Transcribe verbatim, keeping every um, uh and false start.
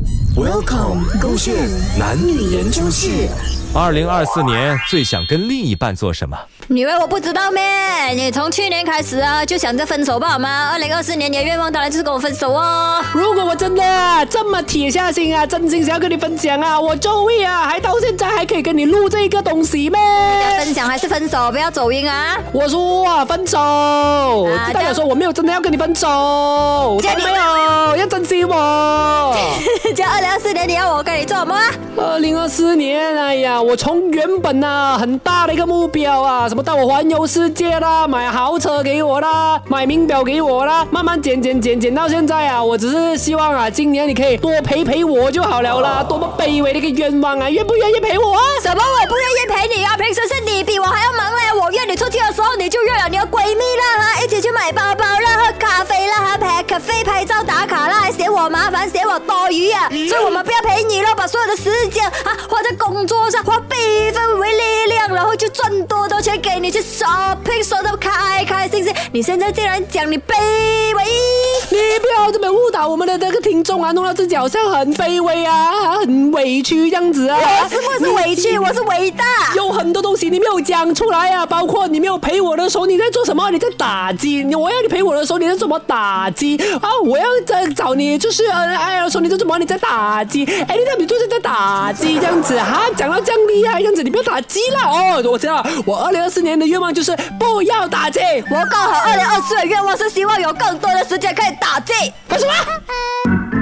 Welcome 勾选男女研究室。 二零二四年最想跟另一半做什么？ 你以为我不知道咩？你从去年开始啊，就想着分手吧，好吗？二零二四年你的愿望当然就是跟我分手哦。 如果我真的这么铁下心啊，真心想要跟你分享啊，我周围啊，还到现在还可以跟你录这个东西咩？ 分享还是分手？不要走音啊！ 我说啊，分手，啊、代表说我没有真的要跟你分手，我没有，要珍惜我。 这二零二四年你要我跟你做什么啊？ 二零二四年，哎呀，我从原本啊很大的一个目标啊，什么带我环游世界啦，买豪车给我啦，买名表给我啦，慢慢减减减减到现在啊，我只是希望啊，今年你可以多陪陪我就好了啦，多么卑微的一个愿望啊，愿不愿意陪我啊？ 什么我不愿意陪你啊？平时是你比我还要忙嘞，我约你出去的时候，你就约了你的闺蜜啦，哈，一起去买包包啦，喝咖啡啦，哈，拍咖啡拍照打卡啦，还嫌我麻烦，嫌我多余啊，所以我们不要陪你了，把所有的时间啊花在工作上，花辈分为力量，然后就赚多多钱给你去 shopping， 说得开开心心。你现在竟然讲你卑微， 你不要这么误导我们的这个听众啊，弄到自己好像很卑微啊，很委屈这样子啊。 我是不是委屈？我是伟大。 有很多东西你没有讲出来啊，包括你没有陪我的时候你在做什么？你在打击。我要你陪我的时候你在做什么？打击啊！我要在找你就是恩爱的时候你在做什么？你在打击。哎，你到底就是在打击这样子哈？讲到这样厉害这样子，你不要打击了哦。我知道，我二零二四年的愿望就是不要打击。 我刚好二零二四的愿望是希望有更多的时间可以打击。 干什么？